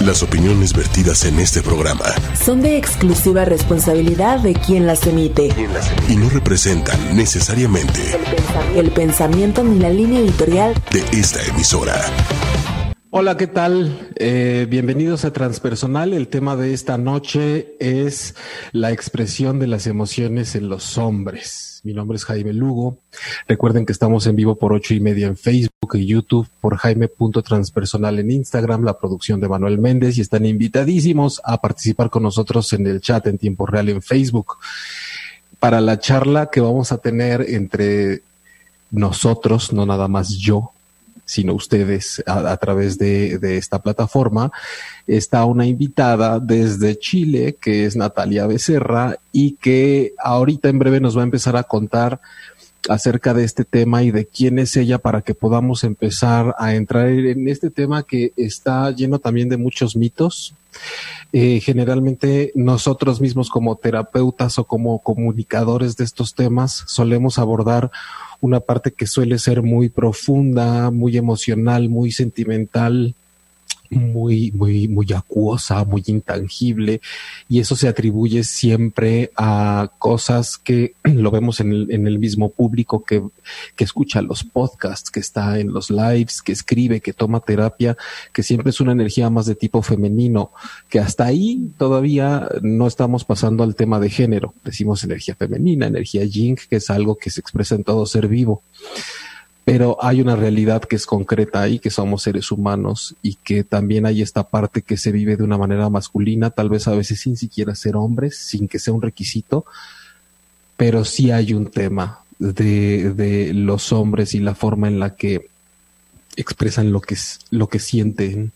Las opiniones vertidas en este programa son de exclusiva responsabilidad de quien las emite y no representan necesariamente el pensamiento ni la línea editorial de esta emisora. Hola, ¿qué tal? Bienvenidos a Transpersonal. El tema de esta noche es la expresión de las emociones en los hombres. Mi nombre es Jaime Lugo. Recuerden que estamos en vivo por 8:30 en Facebook y YouTube, por Jaime.transpersonal en Instagram, la producción de Manuel Méndez, y están invitadísimos a participar con nosotros en el chat en tiempo real en Facebook para la charla que vamos a tener entre nosotros, no nada más yo, sino ustedes a través de esta plataforma. Está una invitada desde Chile, que es Natalia Becerra, y que ahorita en breve nos va a empezar a contar acerca de este tema y de quién es ella, para que podamos empezar a entrar en este tema que está lleno también de muchos mitos. Generalmente nosotros mismos como terapeutas o como comunicadores de estos temas solemos abordar una parte que suele ser muy profunda, muy emocional, muy sentimental, muy acuosa, muy intangible, y eso se atribuye siempre a cosas que lo vemos en el mismo público que escucha los podcasts, que está en los lives, que escribe, que toma terapia, que siempre es una energía más de tipo femenino, que hasta ahí todavía no estamos pasando al tema de género. Decimos energía femenina, energía yin, que es algo que se expresa en todo ser vivo. Pero hay una realidad que es concreta ahí, que somos seres humanos, y que también hay esta parte que se vive de una manera masculina, tal vez a veces sin siquiera ser hombres, sin que sea un requisito, pero sí hay un tema de los hombres y la forma en la que expresan lo que sienten,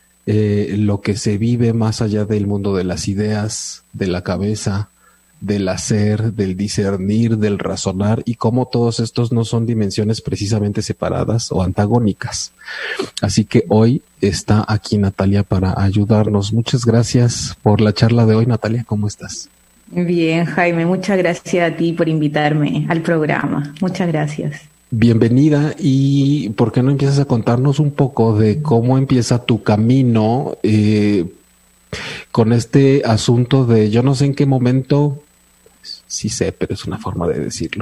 lo que se vive más allá del mundo de las ideas, de la cabeza, del hacer, del discernir, del razonar, y cómo todos estos no son dimensiones precisamente separadas o antagónicas. Así que hoy está aquí Natalia para ayudarnos. Muchas gracias por la charla de hoy, Natalia. ¿Cómo estás? Bien, Jaime, muchas gracias a ti por invitarme al programa. Muchas gracias. Bienvenida, y ¿por qué no empiezas a contarnos un poco de cómo empieza tu camino con este asunto de, yo no sé en qué momento, sí sé, pero es una forma de decirlo,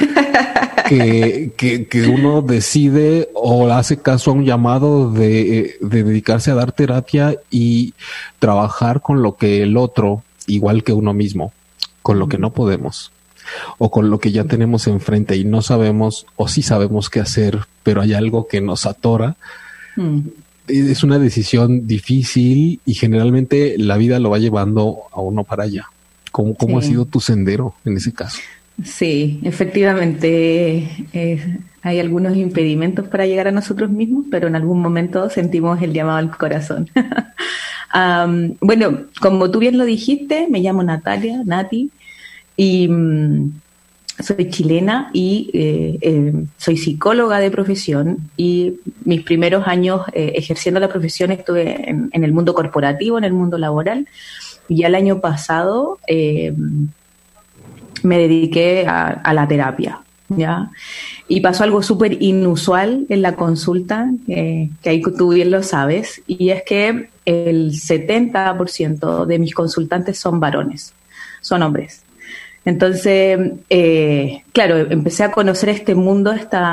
que uno decide o hace caso a un llamado de dedicarse a dar terapia y trabajar con lo que el otro, igual que uno mismo, con lo que no podemos o con lo que ya tenemos enfrente y no sabemos, o sí sabemos qué hacer, pero hay algo que nos atora. Es una decisión difícil y generalmente la vida lo va llevando a uno para allá. ¿Cómo ha sido tu sendero en ese caso? Sí, efectivamente hay algunos impedimentos para llegar a nosotros mismos, pero en algún momento sentimos el llamado al corazón. Bueno, como tú bien lo dijiste, me llamo Natalia, Nati, y soy chilena y soy psicóloga de profesión, y mis primeros años ejerciendo la profesión estuve en el mundo corporativo, en el mundo laboral. Y ya el año pasado me dediqué a la terapia, ¿ya? Y pasó algo súper inusual en la consulta, que ahí tú bien lo sabes, y es que el 70% de mis consultantes son varones, son hombres. Entonces, claro, empecé a conocer este mundo,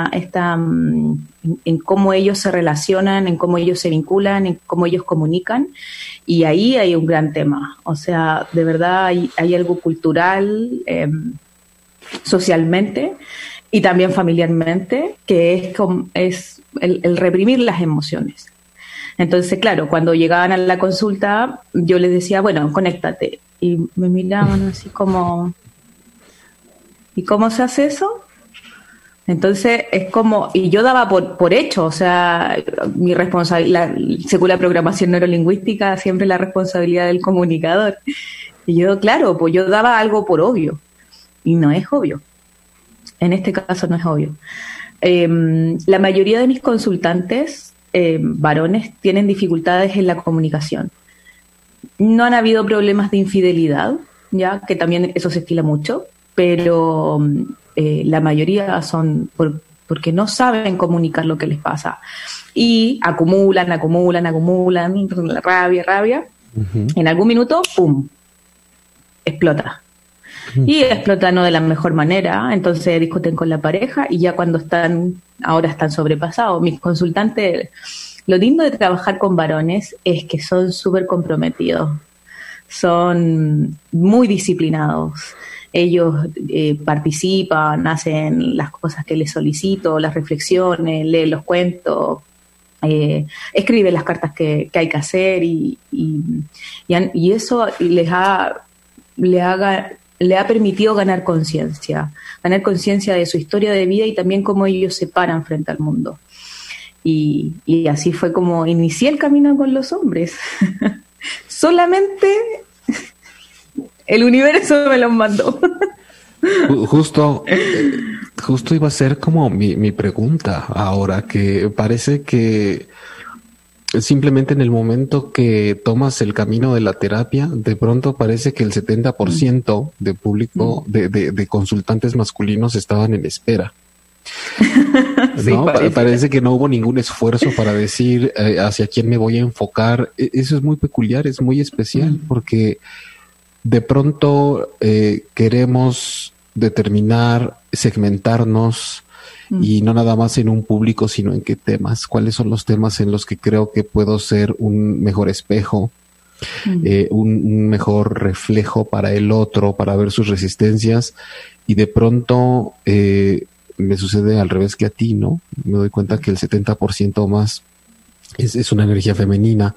en cómo ellos se relacionan, en cómo ellos se vinculan, en cómo ellos comunican, y ahí hay un gran tema. O sea, de verdad hay algo cultural, socialmente y también familiarmente, que es el reprimir las emociones. Entonces, claro, cuando llegaban a la consulta, yo les decía, bueno, conéctate, y me miraban así como, ¿y cómo se hace eso? Entonces es como, y yo daba por hecho, o sea, mi responsabilidad, según la programación neurolingüística, siempre la responsabilidad del comunicador. Y yo, claro, pues yo daba algo por obvio, y no es obvio. En este caso no es obvio. La mayoría de mis consultantes varones tienen dificultades en la comunicación. No han habido problemas de infidelidad, ya que también eso se estila mucho, pero la mayoría son por porque no saben comunicar lo que les pasa. Y acumulan, rabia. Uh-huh. En algún minuto, ¡pum!, explota. Uh-huh. Y explota no de la mejor manera, entonces discuten con la pareja y ya cuando ahora están sobrepasados. Mis consultantes, lo lindo de trabajar con varones es que son súper comprometidos, son muy disciplinados. Ellos participan, hacen las cosas que les solicito, las reflexiones, leen los cuentos, escriben las cartas que hay que hacer y eso le ha permitido ganar conciencia de su historia de vida y también cómo ellos se paran frente al mundo. Y así fue como inicié el camino con los hombres. Solamente el universo me los mandó. Justo iba a ser como mi pregunta ahora, que parece que simplemente en el momento que tomas el camino de la terapia, de pronto parece que el 70% de público, de consultantes masculinos estaban en espera. Sí, ¿no? Parece que no hubo ningún esfuerzo para decir hacia quién me voy a enfocar. Eso es muy peculiar, es muy especial, porque de pronto queremos determinar, segmentarnos, y no nada más en un público, sino en qué temas, cuáles son los temas en los que creo que puedo ser un mejor espejo, un mejor reflejo para el otro, para ver sus resistencias, y de pronto me sucede al revés que a ti, ¿no? Me doy cuenta que el 70% o más es una energía femenina,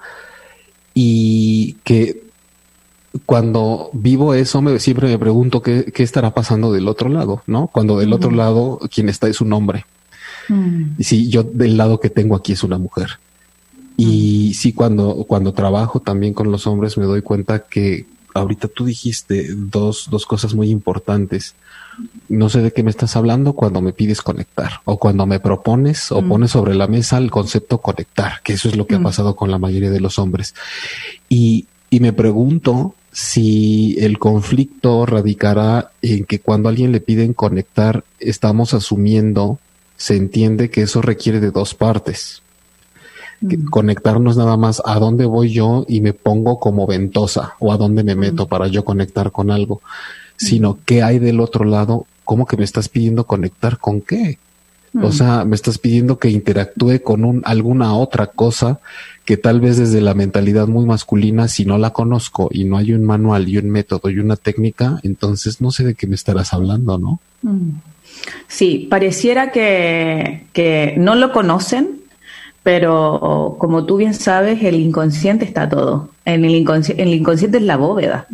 y que cuando vivo eso siempre me pregunto qué estará pasando del otro lado, ¿no? Cuando del otro lado quien está es un hombre. Y si yo del lado que tengo aquí es una mujer. Y sí, cuando trabajo también con los hombres me doy cuenta que ahorita tú dijiste dos cosas muy importantes. No sé de qué me estás hablando cuando me pides conectar, o cuando me propones o pones sobre la mesa el concepto conectar, que eso es lo que ha pasado con la mayoría de los hombres. Y me pregunto si el conflicto radicará en que cuando a alguien le piden conectar, estamos asumiendo, se entiende que eso requiere de dos partes. Que conectarnos nada más a dónde voy yo y me pongo como ventosa, o a dónde me meto para yo conectar con algo, sino qué hay del otro lado. ¿Cómo que me estás pidiendo conectar con qué? O sea, me estás pidiendo que interactúe con alguna otra cosa que tal vez desde la mentalidad muy masculina, si no la conozco y no hay un manual y un método y una técnica, entonces no sé de qué me estarás hablando, ¿no? Sí, pareciera que no lo conocen, pero como tú bien sabes, el inconsciente está todo. El inconsciente es la bóveda.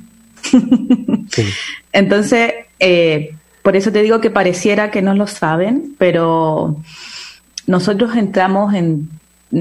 Sí. Entonces, por eso te digo que pareciera que no lo saben, pero nosotros entramos en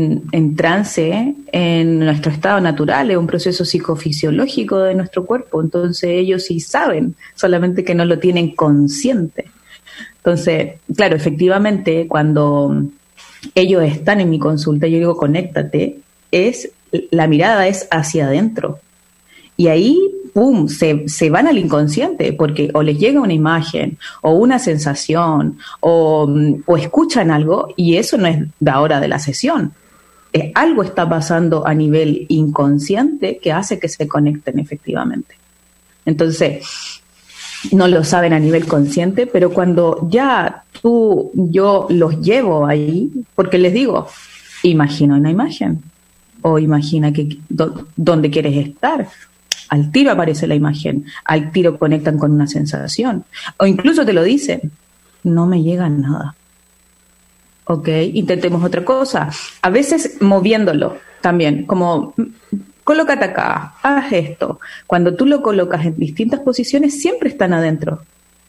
trance en nuestro estado natural, es un proceso psicofisiológico de nuestro cuerpo, entonces ellos sí saben, solamente que no lo tienen consciente. Entonces, claro, efectivamente, cuando ellos están en mi consulta, yo digo, conéctate, la mirada es hacia adentro. Y ahí, ¡pum!, se van al inconsciente, porque o les llega una imagen, o una sensación, o escuchan algo, y eso no es de ahora de la sesión. Algo está pasando a nivel inconsciente que hace que se conecten efectivamente. Entonces, no lo saben a nivel consciente, pero cuando ya yo los llevo ahí, porque les digo, imagina una imagen, o imagina dónde quieres estar. Al tiro aparece la imagen, al tiro conectan con una sensación, o incluso te lo dicen, no me llega nada. Ok, intentemos otra cosa. A veces moviéndolo también, como colócate acá, haz esto. Cuando tú lo colocas en distintas posiciones, siempre están adentro.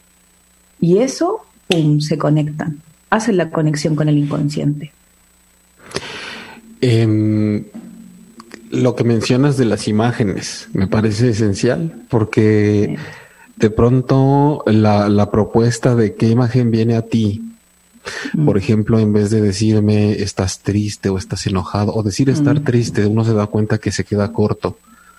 Y eso, ¡pum!, se conectan, hacen la conexión con el inconsciente. Lo que mencionas de las imágenes me parece esencial, porque de pronto la propuesta de qué imagen viene a ti, por ejemplo, en vez de decirme estás triste o estás enojado, o decir estar triste, uno se da cuenta que se queda corto,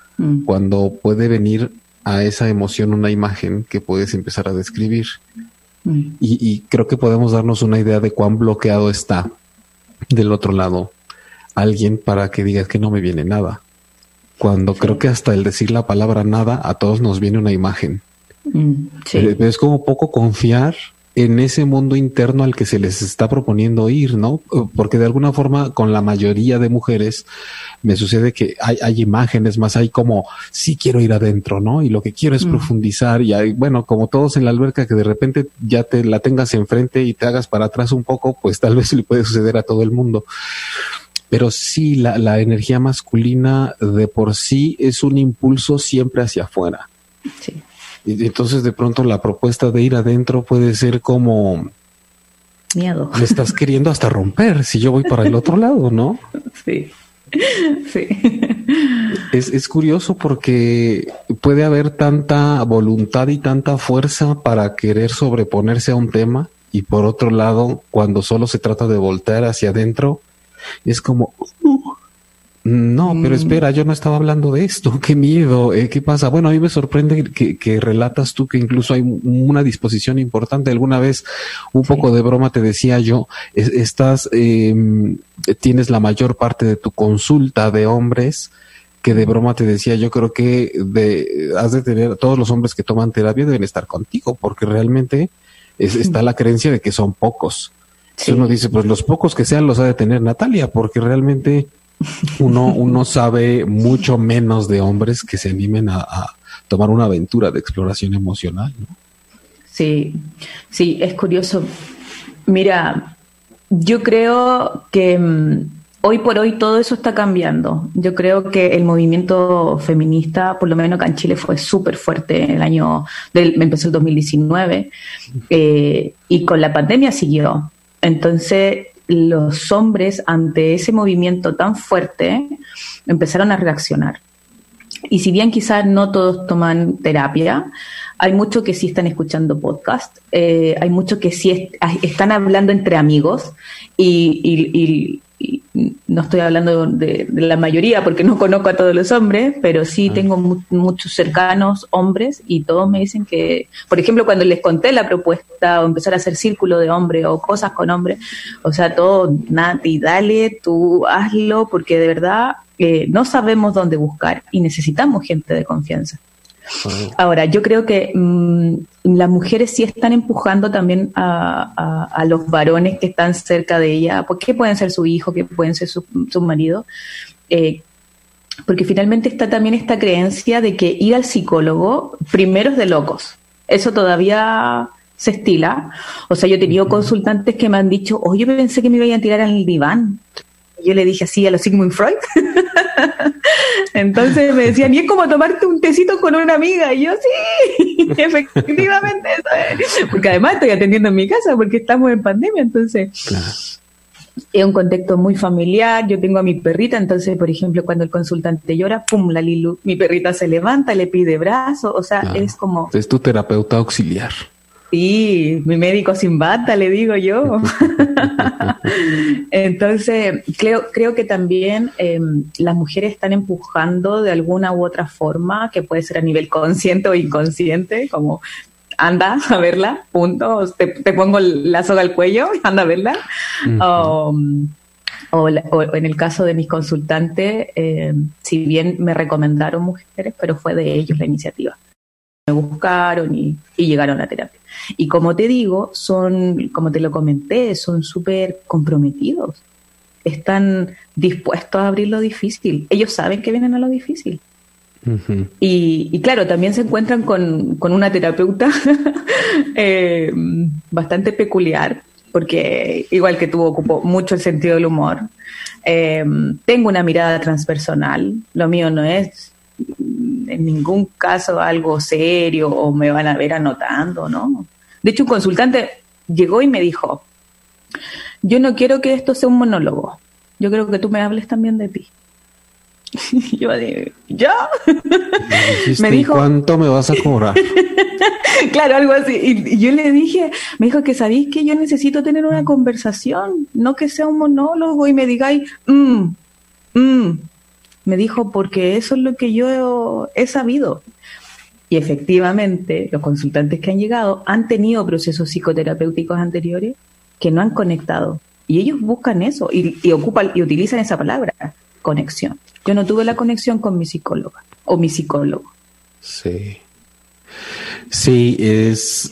cuando puede venir a esa emoción una imagen que puedes empezar a describir. Y creo que podemos darnos una idea de cuán bloqueado está del otro lado alguien para que digas que no me viene nada. Cuando creo que hasta el decir la palabra nada, a todos nos viene una imagen. Pero es como poco confiar en ese mundo interno al que se les está proponiendo ir, ¿no? Porque de alguna forma con la mayoría de mujeres me sucede que hay imágenes, más hay como, sí quiero ir adentro, ¿no? Y lo que quiero es profundizar y hay, bueno, como todos en la alberca, que de repente ya te la tengas enfrente y te hagas para atrás un poco, pues tal vez le puede suceder a todo el mundo. Pero sí, la energía masculina de por sí es un impulso siempre hacia afuera. Sí. Y entonces de pronto la propuesta de ir adentro puede ser como... Miedo. Me estás queriendo hasta romper si yo voy para el otro lado, ¿no? Sí. Sí. Es curioso porque puede haber tanta voluntad y tanta fuerza para querer sobreponerse a un tema, y por otro lado, cuando solo se trata de voltear hacia adentro, es como... No, pero espera, yo no estaba hablando de esto. Qué miedo. ¿Qué pasa? Bueno, a mí me sorprende que relatas tú que incluso hay una disposición importante. Alguna vez, un poco de broma, te decía yo, tienes la mayor parte de tu consulta de hombres, que de broma te decía, yo creo que has de tener, todos los hombres que toman terapia deben estar contigo, porque realmente está la creencia de que son pocos. Sí. Uno dice, pues los pocos que sean los ha de tener Natalia, porque realmente uno sabe mucho menos de hombres que se animen a tomar una aventura de exploración emocional, ¿no? Sí, es curioso. Mira, yo creo que hoy por hoy todo eso está cambiando. Yo creo que el movimiento feminista, por lo menos acá en Chile, fue súper fuerte empezó el 2019 y con la pandemia siguió. Entonces, los hombres ante ese movimiento tan fuerte empezaron a reaccionar. Y si bien quizás no todos toman terapia, hay muchos que sí están escuchando podcast, hay muchos que sí están hablando entre amigos y no estoy hablando de la mayoría porque no conozco a todos los hombres, pero sí tengo muchos cercanos hombres y todos me dicen que, por ejemplo, cuando les conté la propuesta o empezar a hacer círculo de hombres o cosas con hombres, o sea, todo, Nati, dale, tú hazlo, porque de verdad no sabemos dónde buscar y necesitamos gente de confianza. Ahora, yo creo que las mujeres sí están empujando también a los varones que están cerca de ella, porque pueden ser su hijo, que pueden ser su marido, porque finalmente está también esta creencia de que ir al psicólogo primero es de locos. Eso todavía se estila. O sea, yo he tenido consultantes que me han dicho, yo pensé que me iban a tirar al diván. Yo le dije así a los Sigmund Freud. Entonces me decían, y es como tomarte un tecito con una amiga. Y yo, sí, efectivamente eso es. Porque además estoy atendiendo en mi casa porque estamos en pandemia. Entonces, claro, es un contexto muy familiar. Yo tengo a mi perrita, entonces, por ejemplo, cuando el consultante llora, pum, la Lilu, mi perrita se levanta, le pide brazo. O sea, claro, es como... Es tu terapeuta auxiliar. Sí, mi médico sin bata, le digo yo. Entonces, creo que también las mujeres están empujando de alguna u otra forma, que puede ser a nivel consciente o inconsciente, como anda a verla, punto, te pongo la soga al cuello, anda a verla. O en el caso de mis consultantes, si bien me recomendaron mujeres, pero fue de ellos la iniciativa. Me buscaron y llegaron a terapia. Y como te digo, como te lo comenté, son súper comprometidos. Están dispuestos a abrir lo difícil. Ellos saben que vienen a lo difícil. Uh-huh. Y claro, también se encuentran con una terapeuta bastante peculiar, porque igual que tú ocupo mucho el sentido del humor. Tengo una mirada transpersonal. Lo mío no es en ningún caso algo serio o me van a ver anotando, ¿no? De hecho, un consultante llegó y me dijo, yo no quiero que esto sea un monólogo, yo creo que tú me hables también de ti. Yo dije, ¿ya? Me dijo, ¿cuánto me vas a cobrar? Claro, algo así. Y yo le dije, me dijo que sabéis que yo necesito tener una conversación, no que sea un monólogo y me digáis, me dijo, porque eso es lo que yo he sabido. Y efectivamente, los consultantes que han llegado han tenido procesos psicoterapéuticos anteriores que no han conectado. Y ellos buscan eso y ocupan y utilizan esa palabra, conexión. Yo no tuve la conexión con mi psicóloga o mi psicólogo. Sí. Sí, es...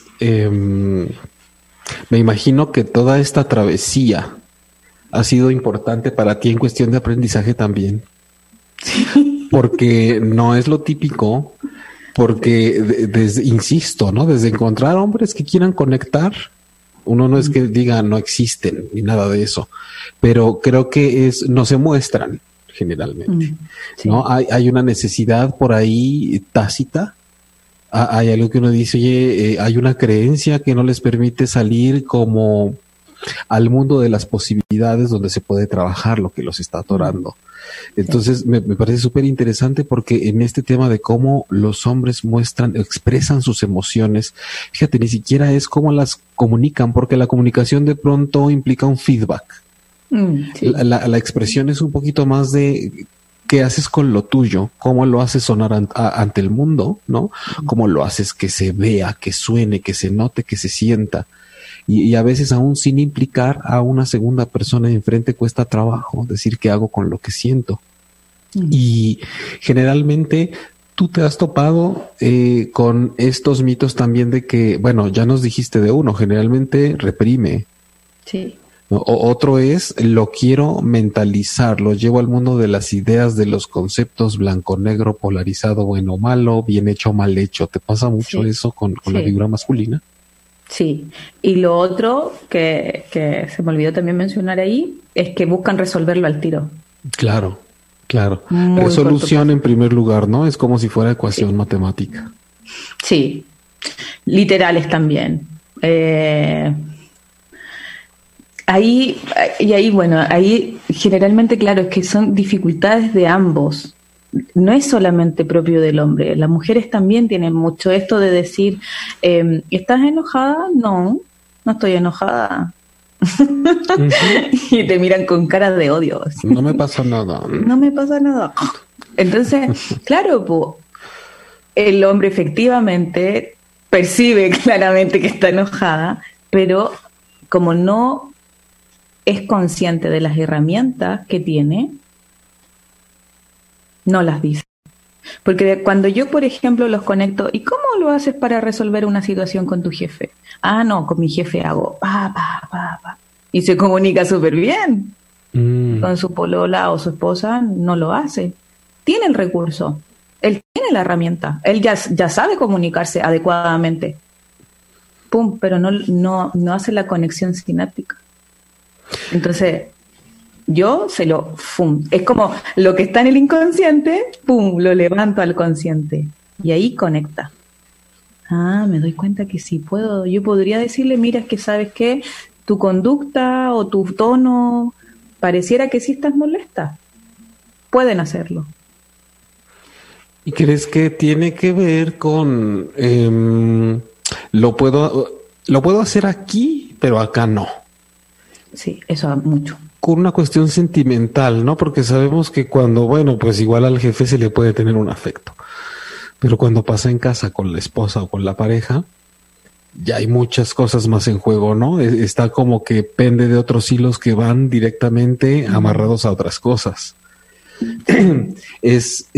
me imagino que toda esta travesía ha sido importante para ti en cuestión de aprendizaje también. Sí. Porque no es lo típico, porque insisto, ¿no? Desde encontrar hombres que quieran conectar, uno no es que diga no existen ni nada de eso, pero creo que no se muestran generalmente, sí. ¿No? Hay una necesidad por ahí tácita. Hay algo que uno dice, oye, hay una creencia que no les permite salir como al mundo de las posibilidades donde se puede trabajar lo que los está atorando. Entonces me parece súper interesante porque en este tema de cómo los hombres expresan sus emociones, fíjate, ni siquiera es cómo las comunican, porque la comunicación de pronto implica un feedback. Sí. La expresión es un poquito más de qué haces con lo tuyo, cómo lo haces sonar ante el mundo, ¿no? Cómo lo haces que se vea, que suene, que se note, que se sienta. Y a veces aún sin implicar a una segunda persona enfrente cuesta trabajo decir qué hago con lo que siento. Y generalmente tú te has topado con estos mitos también de que, bueno, ya nos dijiste de uno, generalmente reprime. Sí. Otro es, lo quiero mentalizar, lo llevo al mundo de las ideas, de los conceptos blanco-negro, polarizado, bueno o malo, bien hecho o mal hecho. ¿Te pasa mucho eso con la figura masculina? Sí, y lo otro que se me olvidó también mencionar ahí es que buscan resolverlo al tiro. Claro. Muy resolución en primer lugar, ¿no? Es como si fuera ecuación matemática. Sí, literales también. Ahí generalmente, claro, es que son dificultades de ambos. No es solamente propio del hombre, las mujeres también tienen mucho esto de decir, ¿estás enojada? No estoy enojada. Uh-huh. Y te miran con cara de odio. ¿Sí? No me pasa nada. No me pasa nada. Entonces, claro, el hombre efectivamente percibe claramente que está enojada, pero como no es consciente de las herramientas que tiene, no las dice. Porque cuando yo, por ejemplo, los conecto, ¿y cómo lo haces para resolver una situación con tu jefe? No, con mi jefe hago pa. Y se comunica súper bien. Con su polola o su esposa no lo hace. Tiene el recurso. Él tiene la herramienta. Él ya sabe comunicarse adecuadamente. Pero no hace la conexión sináptica. Entonces, yo es como lo que está en el inconsciente, lo levanto al consciente y ahí conecta. Me doy cuenta que sí puedo. Yo podría decirle, mira, es que sabes que tu conducta o tu tono pareciera que sí estás molesta. Pueden hacerlo. ¿Y crees que tiene que ver con lo puedo hacer aquí, pero acá no? Sí, eso mucho. Con una cuestión sentimental, ¿no? Porque sabemos que cuando, pues igual al jefe se le puede tener un afecto, pero cuando pasa en casa con la esposa o con la pareja, ya hay muchas cosas más en juego, ¿no? Está como que pende de otros hilos que van directamente amarrados a otras cosas. Es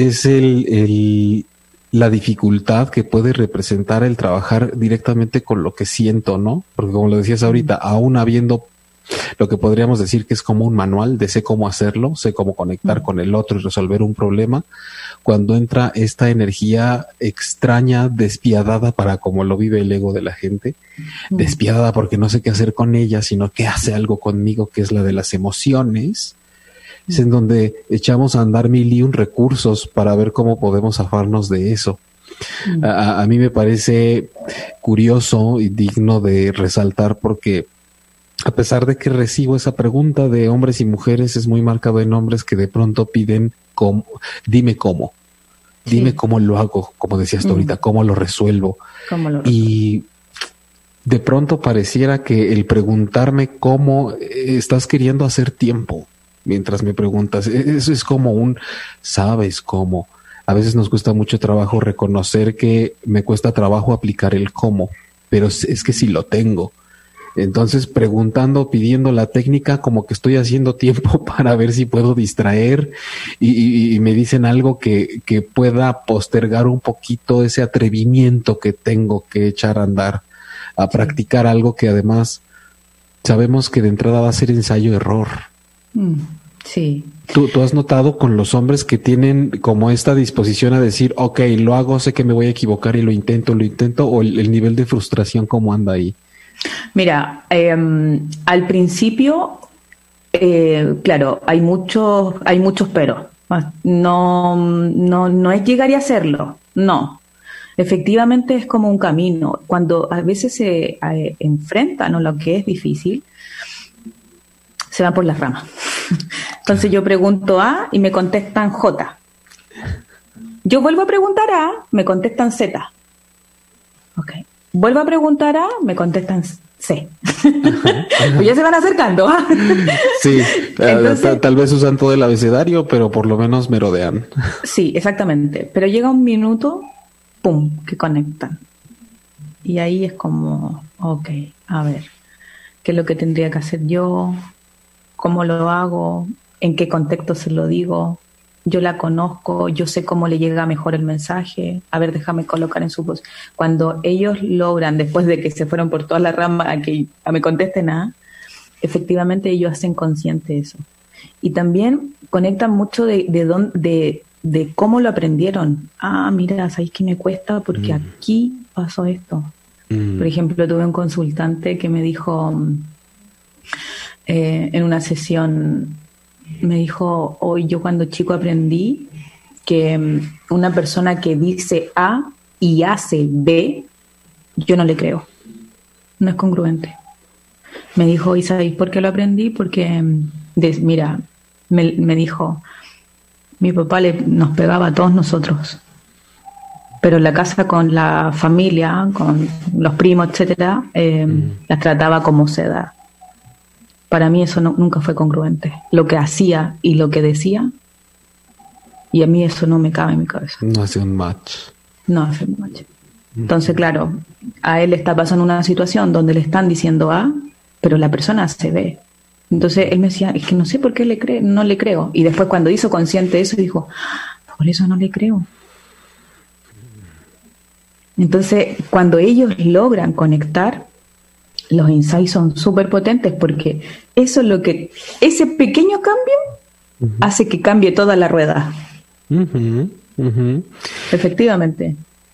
la dificultad que puede representar el trabajar directamente con lo que siento, ¿no? Porque como lo decías ahorita, aún habiendo lo que podríamos decir que es como un manual de sé cómo hacerlo, sé cómo conectar con el otro y resolver un problema, cuando entra esta energía extraña, despiadada para como lo vive el ego de la gente, despiadada porque no sé qué hacer con ella, sino que hace algo conmigo, que es la de las emociones, es en donde echamos a andar 1001 recursos para ver cómo podemos zafarnos de eso. A mí me parece curioso y digno de resaltar porque a pesar de que recibo esa pregunta de hombres y mujeres, es muy marcado en hombres que de pronto piden dime cómo lo hago, como decías tú ahorita, cómo lo resuelvo. Y de pronto pareciera que el preguntarme cómo estás queriendo hacer tiempo mientras me preguntas, eso es como ¿sabes cómo? a veces nos cuesta mucho trabajo reconocer que me cuesta trabajo aplicar el cómo, pero es que sí lo tengo. Entonces, preguntando, pidiendo la técnica, como que estoy haciendo tiempo para ver si puedo distraer y me dicen algo que pueda postergar un poquito ese atrevimiento que tengo que echar a andar, a practicar algo que además sabemos que de entrada va a ser ensayo-error. Sí. ¿Tú has notado con los hombres que tienen como esta disposición a decir, ok, lo hago, sé que me voy a equivocar y lo intento, o el nivel de frustración cómo anda ahí? Mira, al principio, claro, hay muchos peros. No es llegar y hacerlo, no. Efectivamente es como un camino. Cuando a veces se enfrentan a lo que es difícil, se van por las ramas. Entonces yo pregunto A y me contestan J. Yo vuelvo a preguntar A, me contestan Z. Ok. Vuelvo a preguntar A, me contestan C. Pues ya se van acercando. Sí, entonces, tal vez usan todo el abecedario, pero por lo menos merodean. Sí, exactamente. Pero llega un minuto, ¡pum!, que conectan. Y ahí es como, ok, a ver, ¿qué es lo que tendría que hacer yo? ¿Cómo lo hago? ¿En qué contexto se lo digo? Yo la conozco, yo sé cómo le llega mejor el mensaje. A ver, déjame colocar en su voz. Cuando ellos logran, después de que se fueron por todas las ramas, a que me contesten A, efectivamente ellos hacen consciente eso. Y también conectan mucho de cómo lo aprendieron. Ah, mira, ¿sabéis qué me cuesta? Porque aquí pasó esto. Por ejemplo, tuve un consultante que me dijo en una sesión, me dijo, hoy yo cuando chico aprendí que una persona que dice A y hace B, yo no le creo. No es congruente. Me dijo, ¿y sabéis por qué lo aprendí? Porque, mira, me dijo, mi papá nos pegaba a todos nosotros, pero en la casa con la familia, con los primos, etcétera, las trataba como seda. Para mí eso nunca fue congruente. Lo que hacía y lo que decía, y a mí eso no me cabe en mi cabeza. No hace un match. No hace un match. Entonces, claro, a él le está pasando una situación donde le están diciendo A, pero la persona se ve. Entonces él me decía, es que no sé por qué no le creo. Y después cuando hizo consciente eso, dijo, por eso no le creo. Entonces, cuando ellos logran conectar, los insights son súper potentes porque eso es lo que, ese pequeño cambio hace que cambie toda la rueda. Efectivamente.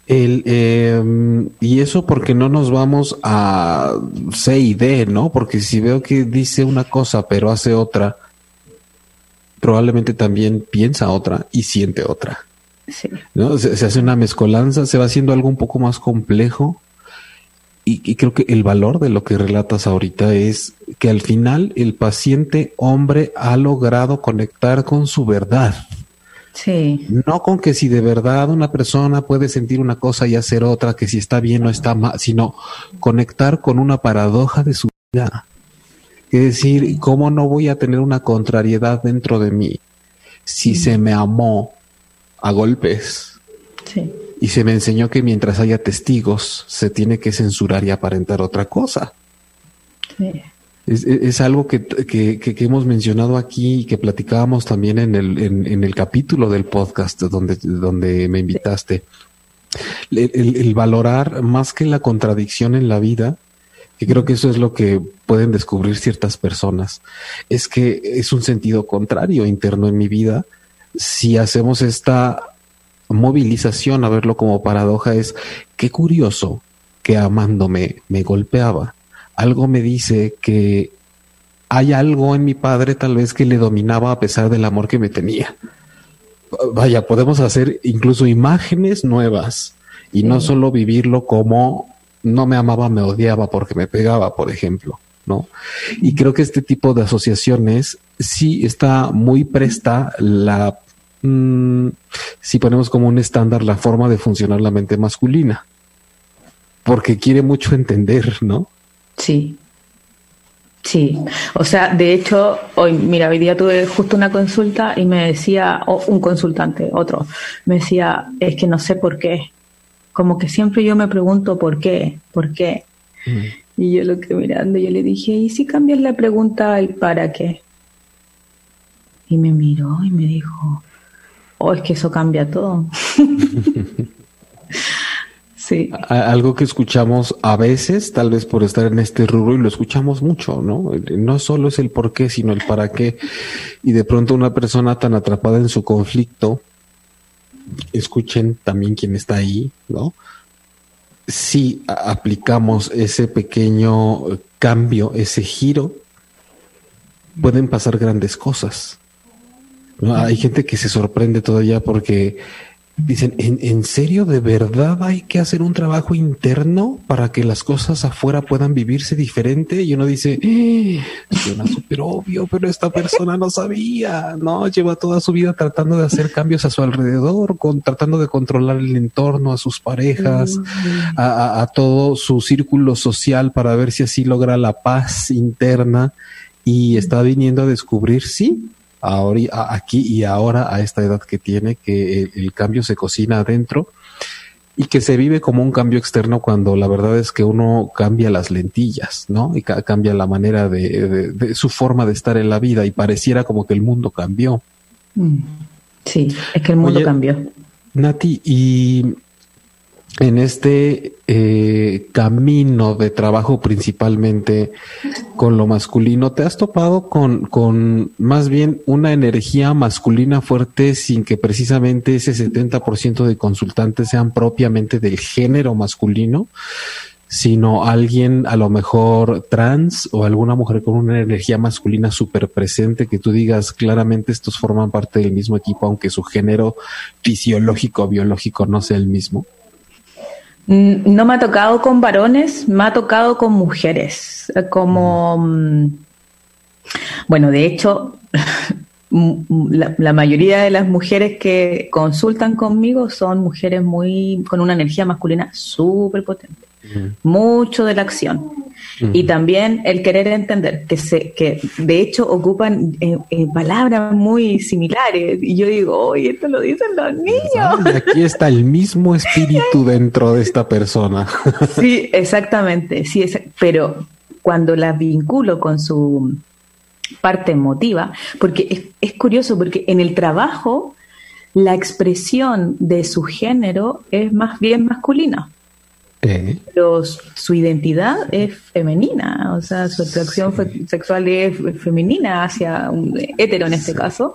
Y eso porque no nos vamos a C y D, ¿no? Porque si veo que dice una cosa pero hace otra, probablemente también piensa otra y siente otra. Sí. ¿No? Se hace una mezcolanza, se va haciendo algo un poco más complejo. Y creo que el valor de lo que relatas ahorita es que al final el paciente hombre ha logrado conectar con su verdad. Sí. No con que si de verdad una persona puede sentir una cosa y hacer otra, que si está bien o está mal, sino conectar con una paradoja de su vida. Es decir, ¿cómo no voy a tener una contrariedad dentro de mí si se me amó a golpes? Sí. Y se me enseñó que mientras haya testigos se tiene que censurar y aparentar otra cosa. Sí. Es algo que hemos mencionado aquí y que platicábamos también en el capítulo del podcast donde me invitaste. El valorar más que la contradicción en la vida, que creo que eso es lo que pueden descubrir ciertas personas, es que es un sentido contrario interno en mi vida. Si hacemos esta movilización a verlo como paradoja, es qué curioso que amándome me golpeaba. Algo me dice que hay algo en mi padre tal vez que le dominaba a pesar del amor que me tenía. Vaya, podemos hacer incluso imágenes nuevas y no solo vivirlo como no me amaba, me odiaba porque me pegaba, por ejemplo, ¿no? Y creo que este tipo de asociaciones sí está muy presta si ponemos como un estándar la forma de funcionar la mente masculina, porque quiere mucho entender, ¿no? Sí. Sí, o sea, de hecho, hoy día tuve justo una consulta y me decía, un consultante, otro, me decía, es que no sé por qué. Como que siempre yo me pregunto por qué. Y yo lo que mirando, yo le dije, ¿y si cambias la pregunta al para qué? Y me miró y me dijo, es que eso cambia todo. Sí. Algo que escuchamos a veces, tal vez por estar en este rubro, y lo escuchamos mucho, ¿no? No solo es el por qué, sino el para qué. Y de pronto una persona tan atrapada en su conflicto, escuchen también quién está ahí, ¿no? Si aplicamos ese pequeño cambio, ese giro, pueden pasar grandes cosas, ¿no? Hay gente que se sorprende todavía porque dicen, ¿en serio de verdad hay que hacer un trabajo interno para que las cosas afuera puedan vivirse diferente? Y uno dice, suena súper obvio, pero esta persona no sabía, ¿no? Lleva toda su vida tratando de hacer cambios a su alrededor, tratando de controlar el entorno, a sus parejas, a todo su círculo social para ver si así logra la paz interna, y está viniendo a descubrir, sí, ahora, aquí y ahora, a esta edad que tiene, que el cambio se cocina adentro y que se vive como un cambio externo, cuando la verdad es que uno cambia las lentillas, ¿no? Y cambia la manera de su forma de estar en la vida, y pareciera como que el mundo cambió. Sí, es que el mundo cambió. Nati, y en este camino de trabajo principalmente con lo masculino, ¿te has topado con más bien una energía masculina fuerte, sin que precisamente ese 70% de consultantes sean propiamente del género masculino, sino alguien a lo mejor trans o alguna mujer con una energía masculina súper presente, que tú digas claramente estos forman parte del mismo equipo, aunque su género fisiológico o biológico no sea el mismo? No me ha tocado con varones, me ha tocado con mujeres, como, bueno, de hecho, la mayoría de las mujeres que consultan conmigo son mujeres con una energía masculina súper potente, mucho de la acción. Y también el querer entender, que de hecho ocupan palabras muy similares. Y yo digo, oye, esto lo dicen los niños. Aquí está el mismo espíritu dentro de esta persona. Sí, exactamente. Sí, pero cuando las vinculo con su parte emotiva, porque es curioso, porque en el trabajo la expresión de su género es más bien masculina. Pero su identidad es femenina, o sea, su atracción sexual es femenina hacia un hetero en este caso.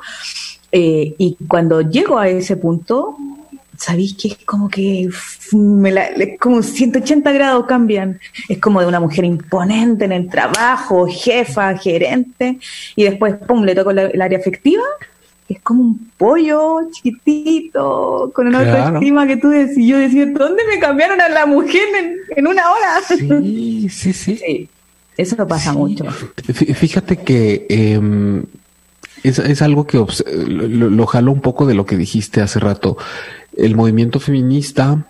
Y cuando llego a ese punto, sabéis que es como que como 180 grados cambian. Es como de una mujer imponente en el trabajo, jefa, gerente, y después, pum, le toco el área afectiva. Es como un pollo chiquitito, con una autoestima que tú decís. Yo decía, ¿dónde me cambiaron a la mujer en una hora? Sí. Eso pasa mucho. Fíjate que es algo que lo jalo un poco de lo que dijiste hace rato. El movimiento feminista,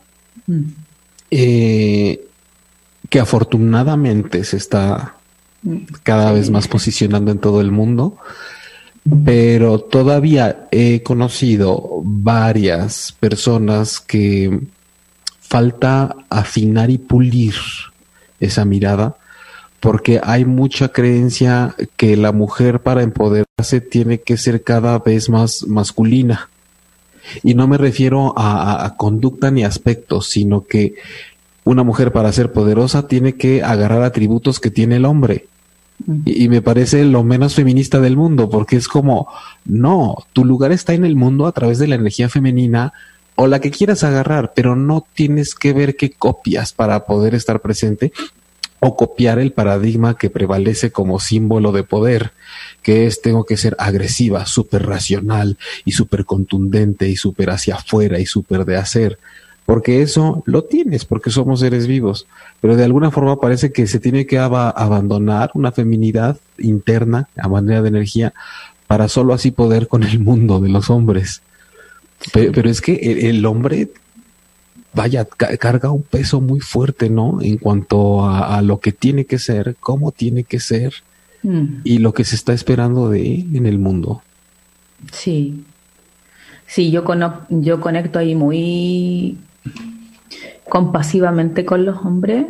que afortunadamente se está cada vez más posicionando en todo el mundo, pero todavía he conocido varias personas que falta afinar y pulir esa mirada, porque hay mucha creencia que la mujer, para empoderarse, tiene que ser cada vez más masculina. Y no me refiero a conducta ni aspectos, sino que una mujer, para ser poderosa, tiene que agarrar atributos que tiene el hombre. Y me parece lo menos feminista del mundo, porque es como, no, tu lugar está en el mundo a través de la energía femenina o la que quieras agarrar, pero no tienes que ver qué copias para poder estar presente o copiar el paradigma que prevalece como símbolo de poder, que es: tengo que ser agresiva, súper racional y súper contundente y súper hacia afuera y súper de hacer. Porque eso lo tienes, porque somos seres vivos, pero de alguna forma parece que se tiene que abandonar una feminidad interna a manera de energía para solo así poder con el mundo de los hombres. Pero es que el hombre, vaya, carga un peso muy fuerte, ¿no? En cuanto a lo que tiene que ser, cómo tiene que ser y lo que se está esperando de él en el mundo. Sí, sí, yo conecto ahí muy compasivamente con los hombres.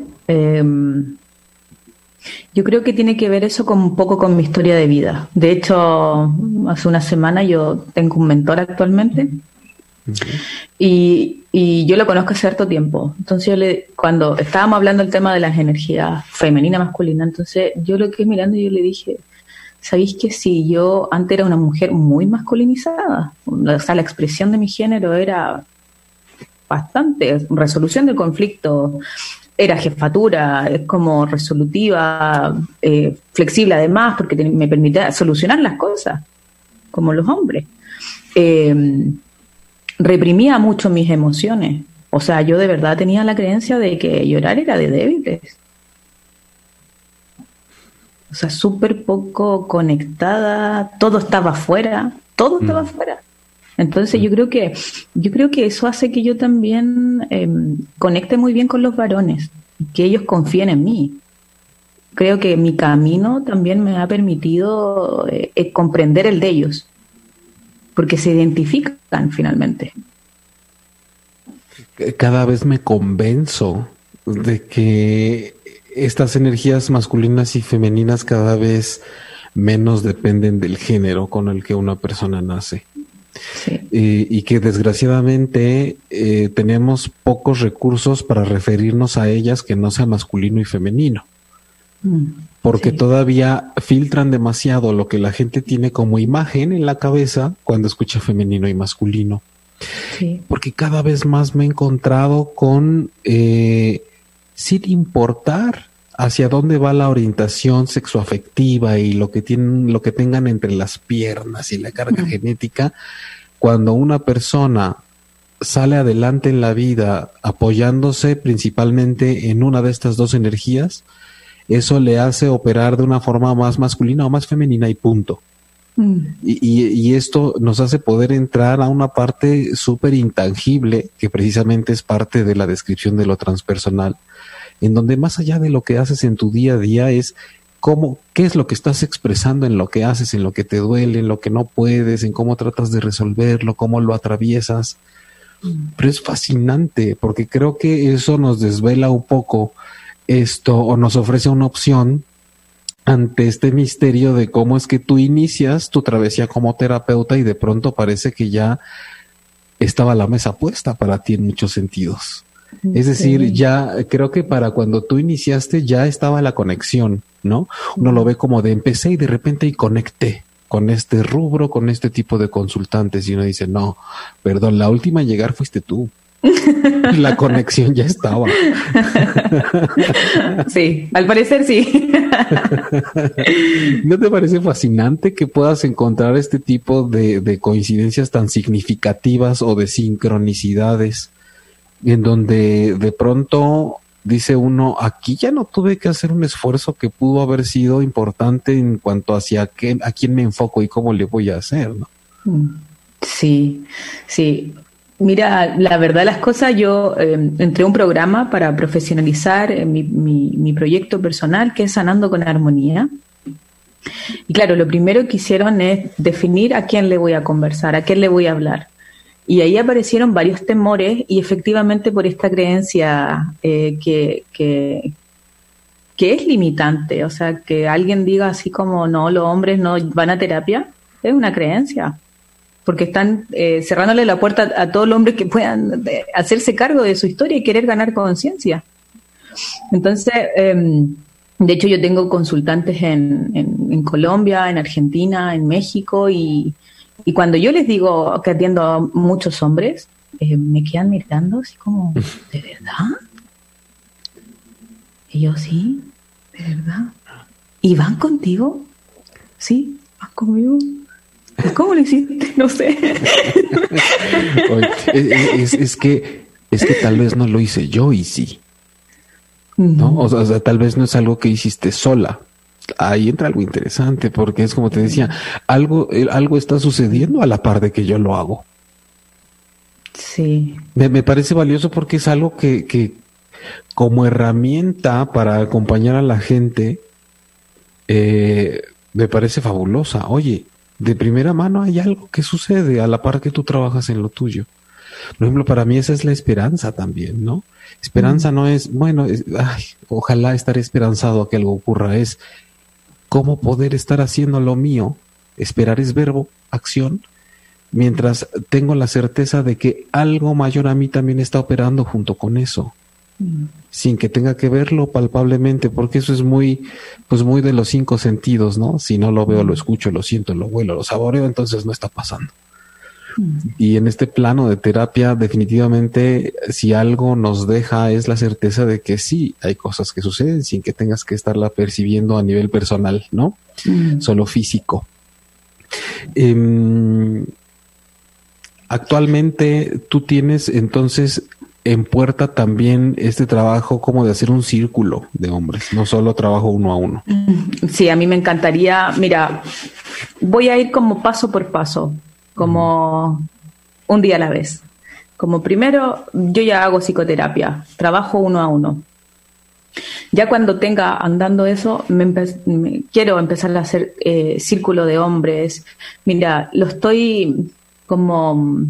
Yo creo que tiene que ver eso un poco con mi historia de vida. De hecho, hace una semana yo tengo un mentor actualmente. Y yo lo conozco hace cierto tiempo. Entonces cuando estábamos hablando del tema de las energías femenina, masculina, entonces yo lo quedé mirando y yo le dije, ¿sabéis que si yo antes era una mujer muy masculinizada? O sea, la expresión de mi género era bastante resolución del conflicto, era jefatura, es como resolutiva, flexible además, porque me permitía solucionar las cosas, como los hombres. Reprimía mucho mis emociones. O sea, yo de verdad tenía la creencia de que llorar era de débiles. O sea, súper poco conectada, todo estaba afuera. Entonces yo creo que eso hace que yo también conecte muy bien con los varones, que ellos confíen en mí. Creo que mi camino también me ha permitido comprender el de ellos, porque se identifican finalmente. Cada vez me convenzo de que estas energías masculinas y femeninas cada vez menos dependen del género con el que una persona nace. Sí. Y que desgraciadamente tenemos pocos recursos para referirnos a ellas que no sea masculino y femenino. Porque todavía filtran demasiado lo que la gente tiene como imagen en la cabeza cuando escucha femenino y masculino. Sí. Porque cada vez más me he encontrado con, sin importar hacia dónde va la orientación sexoafectiva y lo que tengan entre las piernas y la carga genética, cuando una persona sale adelante en la vida apoyándose principalmente en una de estas dos energías, eso le hace operar de una forma más masculina o más femenina y punto. Y esto nos hace poder entrar a una parte súper intangible, que precisamente es parte de la descripción de lo transpersonal, en donde más allá de lo que haces en tu día a día es qué es lo que estás expresando en lo que haces, en lo que te duele, en lo que no puedes, en cómo tratas de resolverlo, cómo lo atraviesas. Pero es fascinante, porque creo que eso nos desvela un poco o nos ofrece una opción ante este misterio de cómo es que tú inicias tu travesía como terapeuta y de pronto parece que ya estaba la mesa puesta para ti en muchos sentidos. Es decir, ya creo que para cuando tú iniciaste ya estaba la conexión, ¿no? Uno lo ve como de empecé y de repente y conecté con este rubro, con este tipo de consultantes y uno dice, no, perdón, la última en llegar fuiste tú. La conexión ya estaba. Sí, al parecer sí. ¿No te parece fascinante que puedas encontrar este tipo de coincidencias tan significativas o de sincronicidades en donde de pronto dice uno, aquí ya no tuve que hacer un esfuerzo que pudo haber sido importante en cuanto a quién me enfoco y cómo le voy a hacer, ¿no? Sí, sí. Mira, la verdad de las cosas, yo entré a un programa para profesionalizar mi proyecto personal, que es Sanando con Armonía. Y claro, lo primero que hicieron es definir a quién le voy a conversar, a quién le voy a hablar. Y ahí aparecieron varios temores y efectivamente por esta creencia que es limitante. O sea, que alguien diga así como, no, los hombres no van a terapia, es una creencia. Porque están cerrándole la puerta a todos los hombres que puedan hacerse cargo de su historia y querer ganar conciencia. Entonces, de hecho yo tengo consultantes en Colombia, en Argentina, en México, y cuando yo les digo que atiendo a muchos hombres, me quedan mirando así como, ¿de verdad? Y yo, sí, de verdad. ¿Y van contigo? Sí, van conmigo. ¿Cómo lo hiciste? No sé. Oye, es que tal vez no lo hice yo y sí. ¿No? O sea, tal vez no es algo que hiciste sola. Ahí entra algo interesante, porque es como te decía, algo está sucediendo a la par de que yo lo hago. Sí. Me parece valioso porque es algo que como herramienta para acompañar a la gente, me parece fabulosa. Oye, de primera mano hay algo que sucede a la par que tú trabajas en lo tuyo. Por ejemplo, para mí esa es la esperanza también, ¿no? Esperanza no es, bueno, ojalá estaré esperanzado a que algo ocurra, es cómo poder estar haciendo lo mío. Esperar es verbo, acción, mientras tengo la certeza de que algo mayor a mí también está operando junto con eso, sin que tenga que verlo palpablemente, porque eso es muy de los 5 sentidos, ¿no? Si no lo veo, lo escucho, lo siento, lo huelo, lo saboreo, entonces no está pasando. Y en este plano de terapia, definitivamente, si algo nos deja es la certeza de que sí, hay cosas que suceden sin que tengas que estarla percibiendo a nivel personal, ¿no? Solo físico. Actualmente tú tienes entonces en puerta también este trabajo como de hacer un círculo de hombres, no solo trabajo uno a uno. Sí, a mí me encantaría, mira, voy a ir como paso por paso, como un día a la vez. Como primero, yo ya hago psicoterapia, trabajo uno a uno. Ya cuando tenga andando eso, quiero empezar a hacer círculo de hombres. Mira, lo estoy como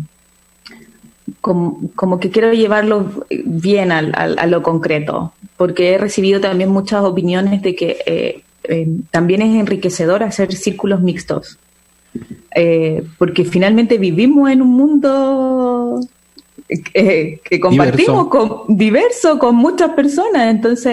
que quiero llevarlo bien a lo concreto, porque he recibido también muchas opiniones de que también es enriquecedor hacer círculos mixtos, porque finalmente vivimos en un mundo que compartimos diverso con muchas personas. Entonces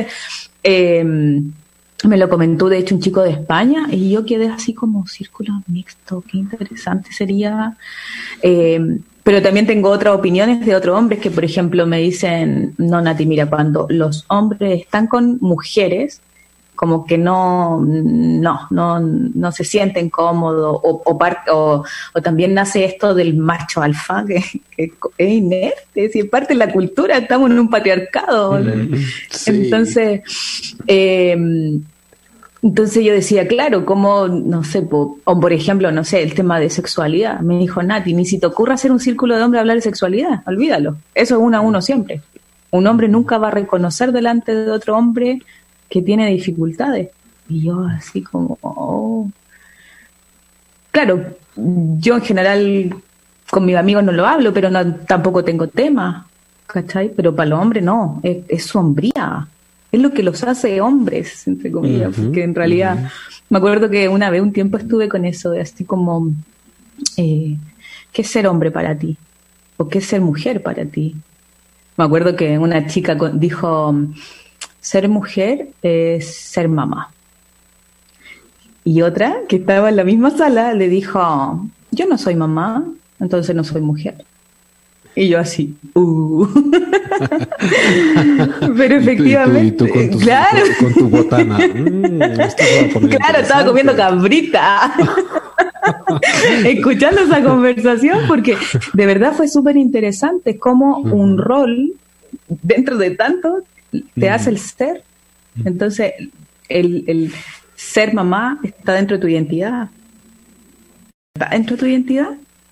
me lo comentó de hecho un chico de España y yo quedé así como círculo mixto, qué interesante sería. Pero también tengo otras opiniones de otros hombres que, por ejemplo, me dicen, no, Nati, mira, cuando los hombres están con mujeres, como que no se sienten cómodos, o también nace esto del macho alfa, que es inerte, si es parte de la cultura, estamos en un patriarcado. Sí. Entonces yo decía, claro, como, no sé, o por ejemplo, no sé, el tema de sexualidad. Me dijo, Nati, ni si te ocurra hacer un círculo de hombres a hablar de sexualidad, olvídalo. Eso es uno a uno siempre. Un hombre nunca va a reconocer delante de otro hombre que tiene dificultades. Y yo así como, oh. Claro, yo en general con mis amigos no lo hablo, pero tampoco tengo tema, ¿cachai? Pero para los hombres no, es su hombría. Es lo que los hace hombres, entre comillas, porque en realidad me acuerdo que una vez, un tiempo estuve con eso, de así como, ¿qué es ser hombre para ti? ¿O qué es ser mujer para ti? Me acuerdo que una chica dijo, ser mujer es ser mamá. Y otra, que estaba en la misma sala, le dijo, yo no soy mamá, entonces no soy mujer. Y yo así, Pero efectivamente, y tú con claro. Con tu botana. Claro, estaba comiendo cabrita. Escuchando esa conversación, porque de verdad fue súper interesante cómo un rol, dentro de tanto, te hace el ser. Entonces, el ser mamá está dentro de tu identidad. ¿Está dentro de tu identidad?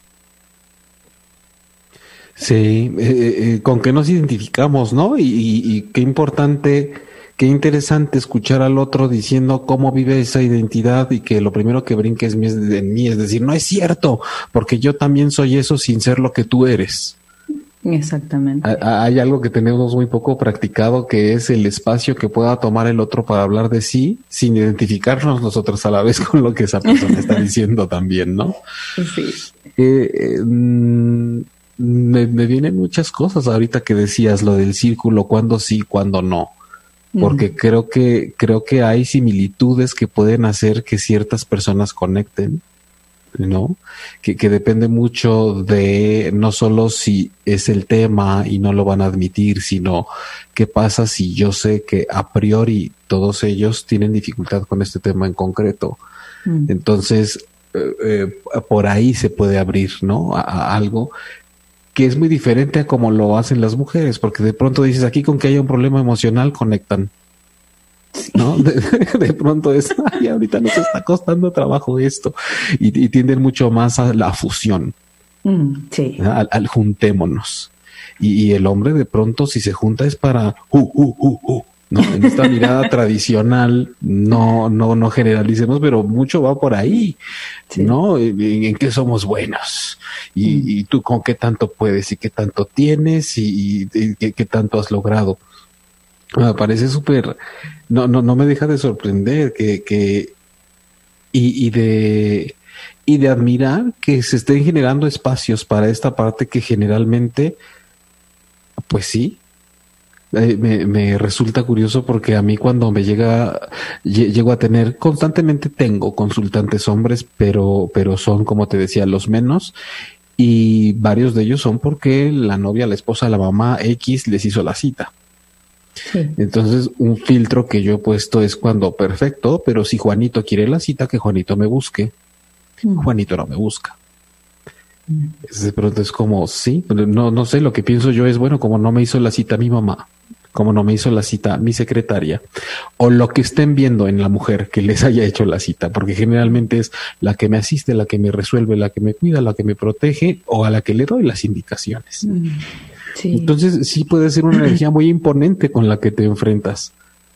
Sí, con que nos identificamos, ¿no? Y qué importante, qué interesante escuchar al otro diciendo cómo vive esa identidad y que lo primero que brinque en mí es decir, no es cierto, porque yo también soy eso sin ser lo que tú eres. Exactamente. Hay algo que tenemos muy poco practicado, que es el espacio que pueda tomar el otro para hablar de sí, sin identificarnos nosotros a la vez con lo que esa persona está diciendo también, ¿no? Sí. Me vienen muchas cosas ahorita que decías lo del círculo, cuándo sí, cuándo no, porque creo que hay similitudes que pueden hacer que ciertas personas conecten, ¿no? Que depende mucho de no solo si es el tema y no lo van a admitir, sino qué pasa si yo sé que a priori todos ellos tienen dificultad con este tema en concreto. Entonces, por ahí se puede abrir, ¿no? A algo que es muy diferente a como lo hacen las mujeres, porque de pronto dices, aquí con que haya un problema emocional conectan, ¿no? De pronto es, ay, ahorita nos está costando trabajo esto, y tienden mucho más a la fusión, sí. Al juntémonos, y el hombre de pronto si se junta es para, ¿no? En esta mirada tradicional, no generalicemos, pero mucho va por ahí, sí. ¿No? ¿En qué somos buenos? Y tú con qué tanto puedes y qué tanto tienes y qué tanto has logrado. Me parece súper, no me deja de sorprender y de admirar que se estén generando espacios para esta parte que generalmente, pues sí, me resulta curioso porque a mí cuando llego a tener, constantemente tengo consultantes hombres, pero son, como te decía, los menos, y varios de ellos son porque la novia, la esposa, la mamá X les hizo la cita. Sí. Entonces, un filtro que yo he puesto es cuando, perfecto, pero si Juanito quiere la cita, que Juanito me busque. Juanito no me busca. De pronto es como, sí, no sé, lo que pienso yo es, bueno, como no me hizo la cita mi mamá, como no me hizo la cita mi secretaria, o lo que estén viendo en la mujer que les haya hecho la cita, porque generalmente es la que me asiste, la que me resuelve, la que me cuida, la que me protege, o a la que le doy las indicaciones. Sí. Entonces sí puede ser una energía muy imponente con la que te enfrentas.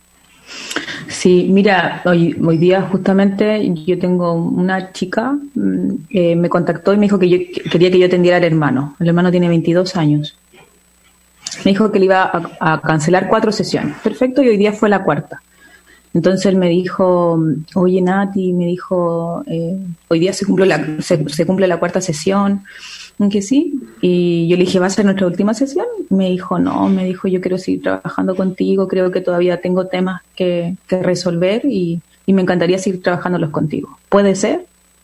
Sí, mira, hoy día justamente yo tengo una chica que me contactó y me dijo que quería que yo atendiera al hermano. El hermano tiene 22 años. Me dijo que le iba a cancelar 4 sesiones. Perfecto, y hoy día fue la 4ª. Entonces él me dijo, oye Nati, me dijo, hoy día se cumple la 4ª sesión. Que sí, y yo le dije, ¿va a ser nuestra última sesión? Me dijo, no, me dijo, yo quiero seguir trabajando contigo, creo que todavía tengo temas que resolver y me encantaría seguir trabajándolos contigo. ¿Puede ser?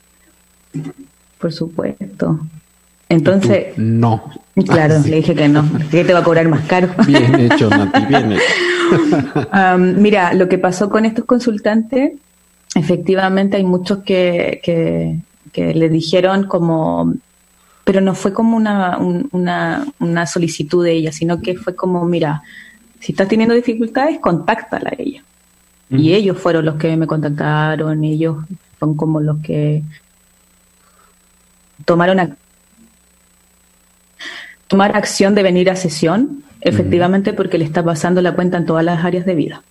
Por supuesto. Entonces, no. Claro, sí. Le dije que no, que te va a cobrar más caro. Bien hecho, Nati, bien hecho. Mira, lo que pasó con estos consultantes, efectivamente hay muchos que le dijeron como... Pero no fue como una solicitud de ella, sino que fue como, mira, si estás teniendo dificultades, contáctala a ella. Y ellos fueron los que me contactaron, ellos son como los que tomaron acción de venir a sesión, efectivamente, porque le está pasando la cuenta en todas las áreas de vida.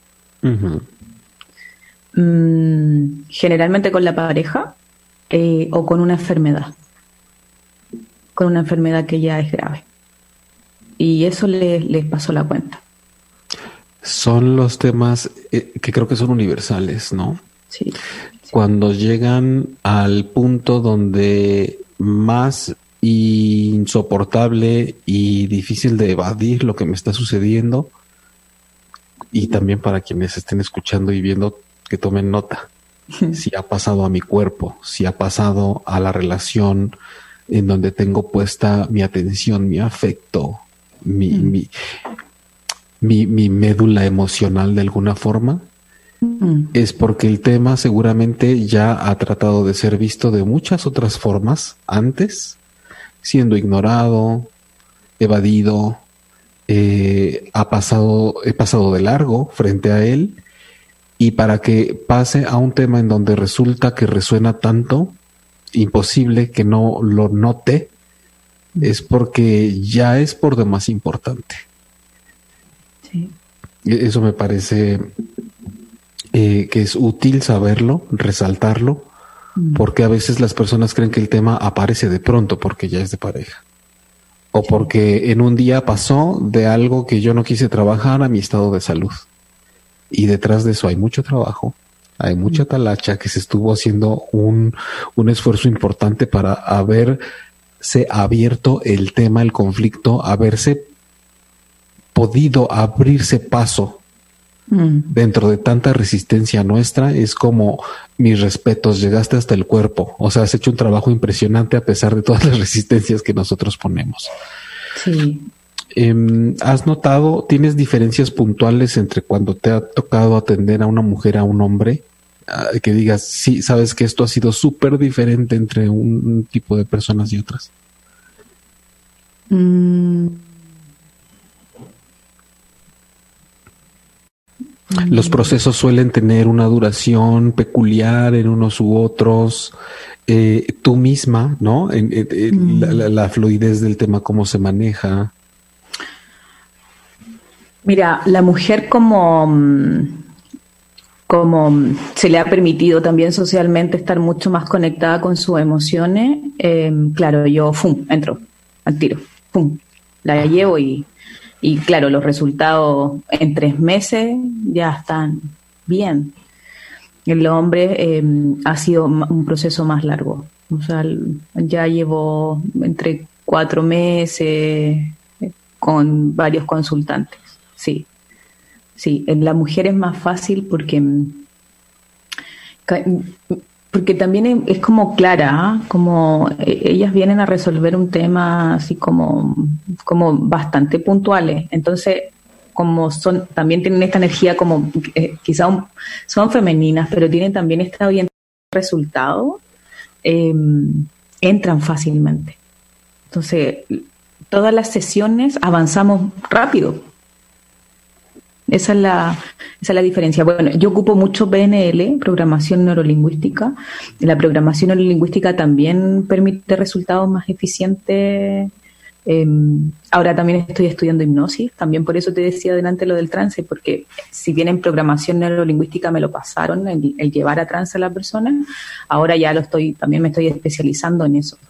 Generalmente con la pareja o con una enfermedad. Con una enfermedad que ya es grave. Y eso les pasó la cuenta. Son los temas que creo que son universales, ¿no? Sí. Cuando llegan al punto donde más insoportable y difícil de evadir lo que me está sucediendo, y también para quienes estén escuchando y viendo, que tomen nota. Si ha pasado a mi cuerpo, si ha pasado a la relación en donde tengo puesta mi atención, mi afecto, mi médula emocional de alguna forma, es porque el tema seguramente ya ha tratado de ser visto de muchas otras formas antes, siendo ignorado, evadido, he pasado de largo frente a él, y para que pase a un tema en donde resulta que resuena tanto, imposible que no lo note, es porque ya es por demás importante. Sí. Eso me parece que es útil saberlo, resaltarlo, porque a veces las personas creen que el tema aparece de pronto porque ya es de pareja, o porque en un día pasó de algo que yo no quise trabajar a mi estado de salud, y detrás de eso hay mucho trabajo. Hay mucha talacha que se estuvo haciendo un esfuerzo importante para haberse abierto el tema, el conflicto, haberse podido abrirse paso dentro de tanta resistencia nuestra. Es como, mis respetos, llegaste hasta el cuerpo. O sea, has hecho un trabajo impresionante a pesar de todas las resistencias que nosotros ponemos. Sí. ¿Has notado, tienes diferencias puntuales entre cuando te ha tocado atender a una mujer, a un hombre? Que digas, sí, sabes que esto ha sido súper diferente entre un tipo de personas y otras. Los procesos suelen tener una duración peculiar en unos u otros. Tú misma, ¿no? La fluidez del tema, cómo se maneja. Mira, la mujer como se le ha permitido también socialmente estar mucho más conectada con sus emociones, claro, yo entro al tiro, la llevo y claro, los resultados en 3 meses ya están bien. El hombre ha sido un proceso más largo, o sea, ya llevo entre 4 meses con varios consultantes, sí. Sí, en la mujer es más fácil porque también es como clara, como ellas vienen a resolver un tema así como bastante puntuales. Entonces, como también tienen esta energía como quizá son femeninas, pero tienen también esta orientación al resultado, entran fácilmente. Entonces, todas las sesiones avanzamos rápido. Esa es la diferencia. Bueno, yo ocupo mucho PNL, programación neurolingüística. La programación neurolingüística también permite resultados más eficientes. Ahora también estoy estudiando hipnosis, también por eso te decía delante lo del trance, porque si bien en programación neurolingüística me lo pasaron, el llevar a trance a la persona, ahora ya también me estoy especializando en eso.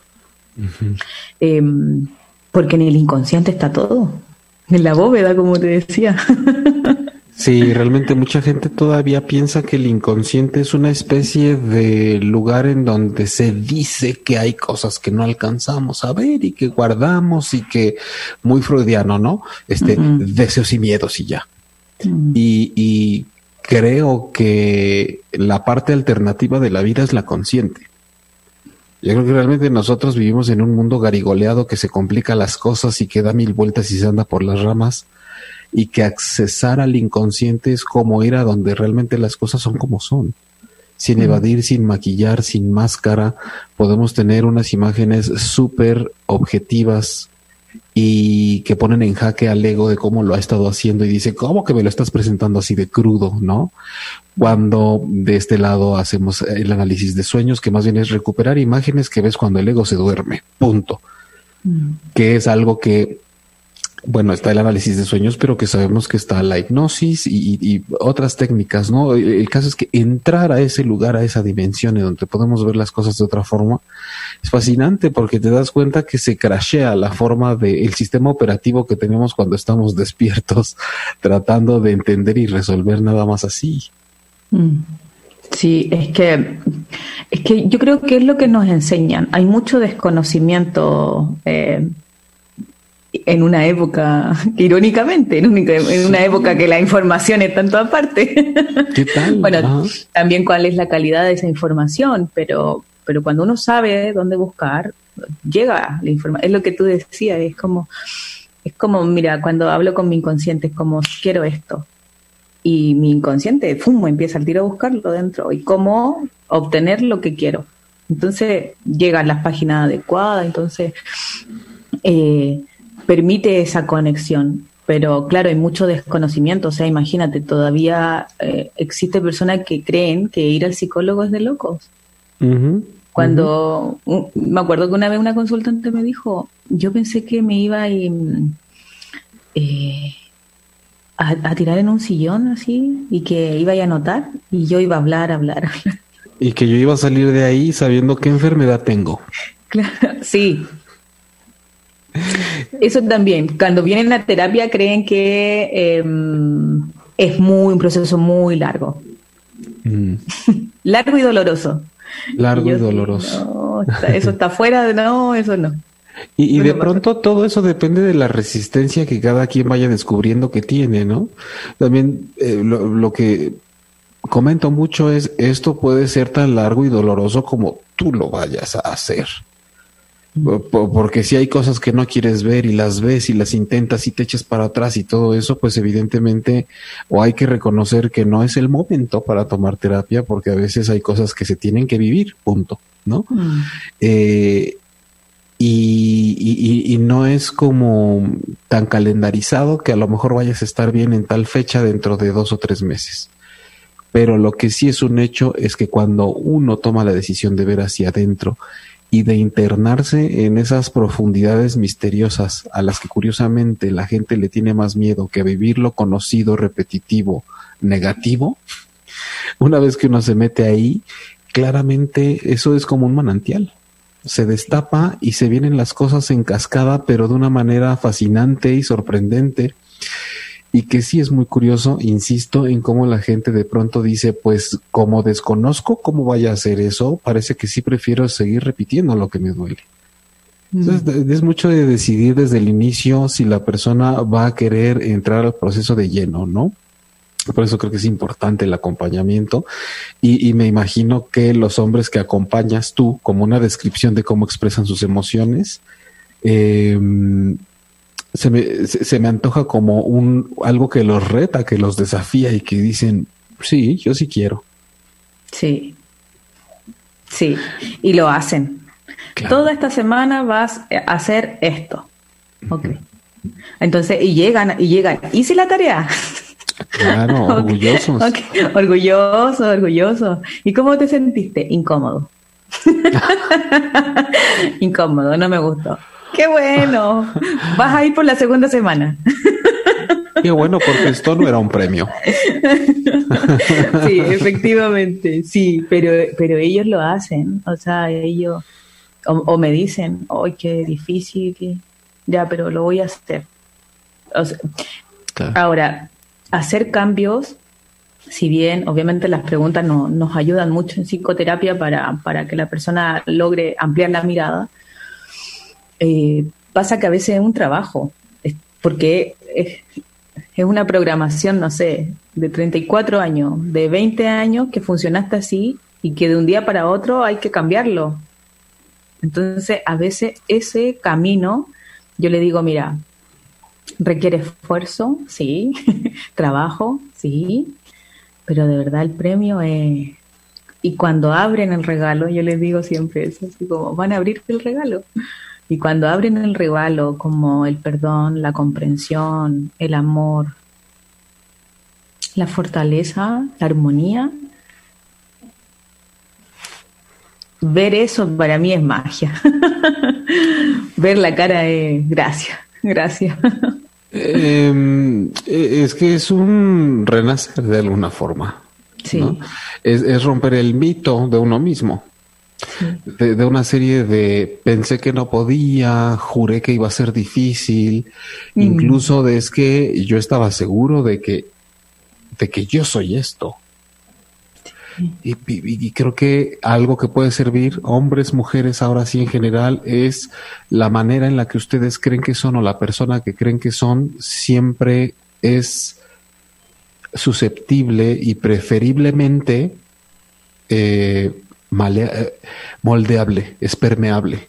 Uh-huh. Porque en el inconsciente está todo. En la bóveda, como te decía. Sí, realmente mucha gente todavía piensa que el inconsciente es una especie de lugar en donde se dice que hay cosas que no alcanzamos a ver y que guardamos y que muy freudiano, ¿no? Uh-huh. Deseos y miedos y ya. Uh-huh. Y creo que la parte alternativa de la vida es la consciente. Yo creo que realmente nosotros vivimos en un mundo garigoleado que se complica las cosas y que da 1000 vueltas y se anda por las ramas, y que accesar al inconsciente es como ir a donde realmente las cosas son como son. Sin evadir, sin maquillar, sin máscara, podemos tener unas imágenes súper objetivas y que ponen en jaque al ego de cómo lo ha estado haciendo y dice, ¿cómo que me lo estás presentando así de crudo, no? Cuando de este lado hacemos el análisis de sueños, que más bien es recuperar imágenes que ves cuando el ego se duerme, punto. Que es algo que, bueno, está el análisis de sueños, pero que sabemos que está la hipnosis y otras técnicas, ¿no? El caso es que entrar a ese lugar, a esa dimensión en donde podemos ver las cosas de otra forma, es fascinante porque te das cuenta que se crashea la forma del sistema operativo que tenemos cuando estamos despiertos, tratando de entender y resolver nada más así. Sí, es que yo creo que es lo que nos enseñan. Hay mucho desconocimiento en una época, irónicamente, en una época que la información está en todas partes. ¿Qué tal? Bueno, también cuál es la calidad de esa información, pero cuando uno sabe dónde buscar, llega la información. Es lo que tú decías, es como, mira, cuando hablo con mi inconsciente, es como, quiero esto. Y mi inconsciente, empieza al tiro a buscarlo dentro. Y cómo obtener lo que quiero. Entonces, llegan las páginas adecuadas, entonces permite esa conexión. Pero claro, hay mucho desconocimiento. O sea, imagínate, todavía existe personas que creen que ir al psicólogo es de locos. Uh-huh. Cuando me acuerdo que una vez una consultante me dijo, yo pensé que me iba a tirar en un sillón así y que iba a anotar y yo iba a hablar. Y que yo iba a salir de ahí sabiendo qué enfermedad tengo. Claro, sí. Eso también. Cuando vienen a terapia creen que es un proceso muy largo. Largo y doloroso. Largo y doloroso. No, eso está fuera de... No, eso no. Y de pronto todo eso depende de la resistencia que cada quien vaya descubriendo que tiene, ¿no? También lo que comento mucho es, esto puede ser tan largo y doloroso como tú lo vayas a hacer. Porque si hay cosas que no quieres ver y las ves y las intentas y te echas para atrás y todo eso, pues evidentemente o hay que reconocer que no es el momento para tomar terapia, porque a veces hay cosas que se tienen que vivir, punto, ¿no? Y no es como tan calendarizado que a lo mejor vayas a estar bien en tal fecha dentro de 2 o 3 meses. Pero lo que sí es un hecho es que cuando uno toma la decisión de ver hacia adentro y de internarse en esas profundidades misteriosas a las que curiosamente la gente le tiene más miedo que vivir lo conocido, repetitivo, negativo. Una vez que uno se mete ahí, claramente eso es como un manantial. Se destapa y se vienen las cosas en cascada, pero de una manera fascinante y sorprendente. Y que sí es muy curioso, insisto, en cómo la gente de pronto dice, pues como desconozco cómo vaya a hacer eso, parece que sí prefiero seguir repitiendo lo que me duele. Entonces, es mucho de decidir desde el inicio si la persona va a querer entrar al proceso de lleno, ¿no? Por eso creo que es importante el acompañamiento y me imagino que los hombres que acompañas tú, como una descripción de cómo expresan sus emociones, se me antoja como algo que los reta, que los desafía y que dicen, sí, yo sí quiero. Sí, y lo hacen. Claro. Toda esta semana vas a hacer esto. Ok. Entonces, y llegan, hice la tarea. Claro, orgullosos. Okay. Orgulloso. ¿Y cómo te sentiste? Incómodo. Incómodo, no me gustó. ¡Qué bueno! Vas a ir por la segunda semana. Qué bueno, porque esto no era un premio. Sí, efectivamente, sí, pero ellos lo hacen. O sea, ellos o me dicen, ¡ay, qué difícil! Ya, pero lo voy a hacer. O sea, claro. Ahora, hacer cambios, si bien obviamente las preguntas nos ayudan mucho en psicoterapia para que la persona logre ampliar la mirada, pasa que a veces es un trabajo, porque es una programación, no sé, de 34 años, de 20 años que funcionaste así y que de un día para otro hay que cambiarlo. Entonces, a veces ese camino, yo le digo, mira, requiere esfuerzo, sí, trabajo, sí, pero de verdad el premio es... Y cuando abren el regalo, yo les digo siempre eso, así como, van a abrir el regalo. Y cuando abren el regalo, como el perdón, la comprensión, el amor, la fortaleza, la armonía, ver eso para mí es magia. Ver la cara es gracias. Es que es un renacer de alguna forma. Sí. ¿No? Es romper el mito de uno mismo. Sí. De una serie de pensé que no podía, juré que iba a ser difícil, incluso es que yo estaba seguro de que yo soy esto. Sí. Y creo que algo que puede servir, hombres, mujeres, ahora sí en general, es la manera en la que ustedes creen que son o la persona que creen que son siempre es susceptible y preferiblemente moldeable, es permeable.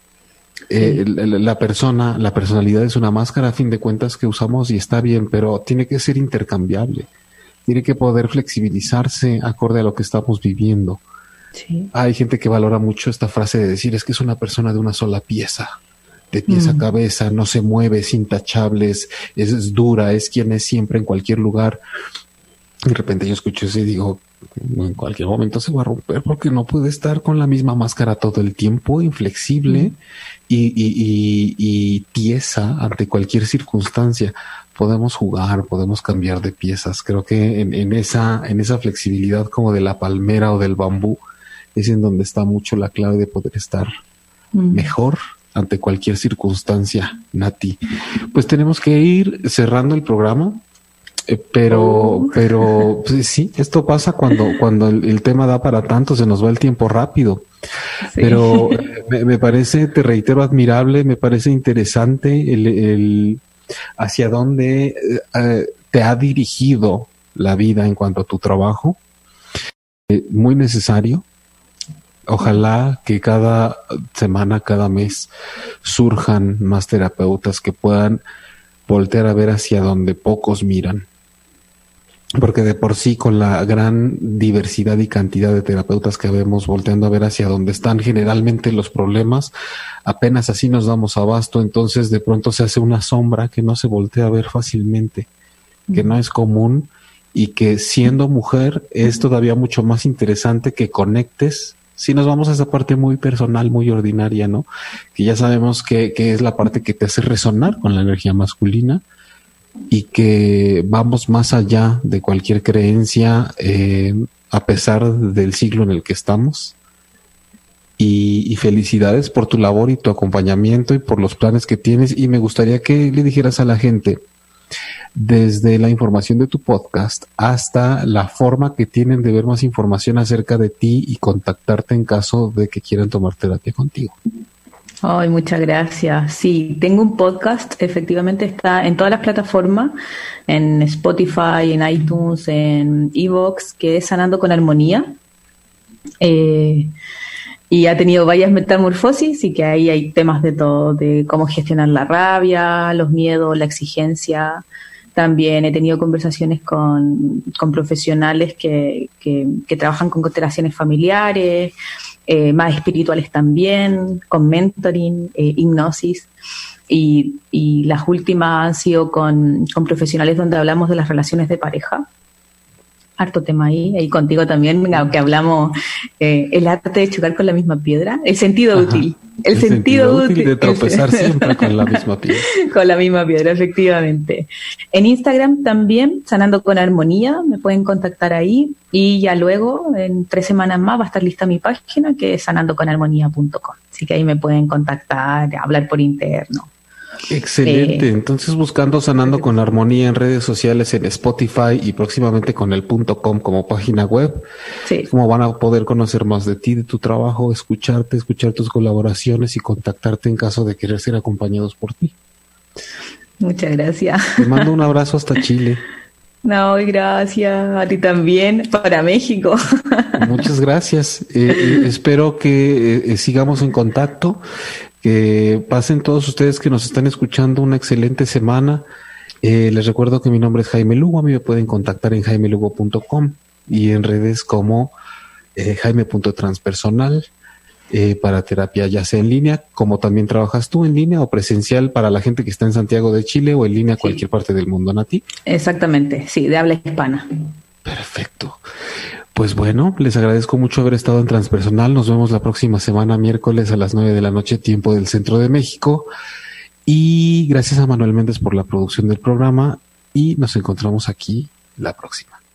La personalidad es una máscara a fin de cuentas que usamos y está bien, pero tiene que ser intercambiable. Tiene que poder flexibilizarse acorde a lo que estamos viviendo. Sí. Hay gente que valora mucho esta frase de decir es que es una persona de una sola pieza, de pies a cabeza, no se mueve, es intachable, es dura, es quien es siempre en cualquier lugar. De repente yo escucho eso y digo, en cualquier momento se va a romper porque no puede estar con la misma máscara todo el tiempo, inflexible y tiesa ante cualquier circunstancia. Podemos jugar, podemos cambiar de piezas. Creo que en esa flexibilidad como de la palmera o del bambú es en donde está mucho la clave de poder estar mejor ante cualquier circunstancia, Nati. Pues tenemos que ir cerrando el programa. Pero pues, sí, esto pasa cuando el tema da para tanto, se nos va el tiempo rápido. Sí. Pero me parece, te reitero, admirable, me parece interesante el hacia dónde te ha dirigido la vida en cuanto a tu trabajo. Muy necesario. Ojalá que cada semana, cada mes surjan más terapeutas que puedan voltear a ver hacia donde pocos miran. Porque de por sí, con la gran diversidad y cantidad de terapeutas que vemos volteando a ver hacia donde están generalmente los problemas, apenas así nos damos abasto, entonces de pronto se hace una sombra que no se voltea a ver fácilmente, que no es común y que siendo mujer es todavía mucho más interesante que conectes Si nos vamos a esa parte muy personal, muy ordinaria, ¿no? Que ya sabemos que es la parte que te hace resonar con la energía masculina y que vamos más allá de cualquier creencia, a pesar del siglo en el que estamos. Y felicidades por tu labor y tu acompañamiento y por los planes que tienes. Y me gustaría que le dijeras a la gente, desde la información de tu podcast hasta la forma que tienen de ver más información acerca de ti y contactarte en caso de que quieran tomar terapia contigo. Ay, muchas gracias. Sí, tengo un podcast, efectivamente está en todas las plataformas, en Spotify, en iTunes, en iVoox, que es Sanando con Armonía. Y ha tenido varias metamorfosis y que ahí hay temas de todo, de cómo gestionar la rabia, los miedos, la exigencia. También he tenido conversaciones con profesionales que trabajan con constelaciones familiares, más espirituales también, con mentoring, hipnosis. Y las últimas han sido con profesionales donde hablamos de las relaciones de pareja. Harto tema ahí contigo también, aunque hablamos el arte de chocar con la misma piedra, el sentido útil. El sentido útil de tropezar siempre con la misma piedra. Con la misma piedra, efectivamente. En Instagram también, Sanando con Armonía, me pueden contactar ahí y ya luego, en 3 semanas más, va a estar lista mi página que es sanandoconarmonía.com. Así que ahí me pueden contactar, hablar por interno. Excelente. Entonces, buscando Sanando con Armonía en redes sociales, en Spotify y próximamente con el .com como página web, sí, como van a poder conocer más de ti, de tu trabajo, escuchar tus colaboraciones y contactarte en caso de querer ser acompañados por ti. Muchas gracias. Te mando un abrazo hasta Chile. No, gracias. A ti también, para México. Muchas gracias. Espero que sigamos en contacto. Que pasen todos ustedes que nos están escuchando una excelente semana. Les recuerdo que mi nombre es Jaime Lugo. A mí me pueden contactar en jaimelugo.com y en redes como jaime.transpersonal para terapia, ya sea en línea, como también trabajas tú en línea o presencial para la gente que está en Santiago de Chile o en línea a cualquier parte del mundo, Nati. Exactamente, sí, de habla hispana. Perfecto. Pues bueno, les agradezco mucho haber estado en Transpersonal. Nos vemos la próxima semana, miércoles a las 9 de la noche, tiempo del Centro de México. Y gracias a Manuel Méndez por la producción del programa. Y nos encontramos aquí la próxima.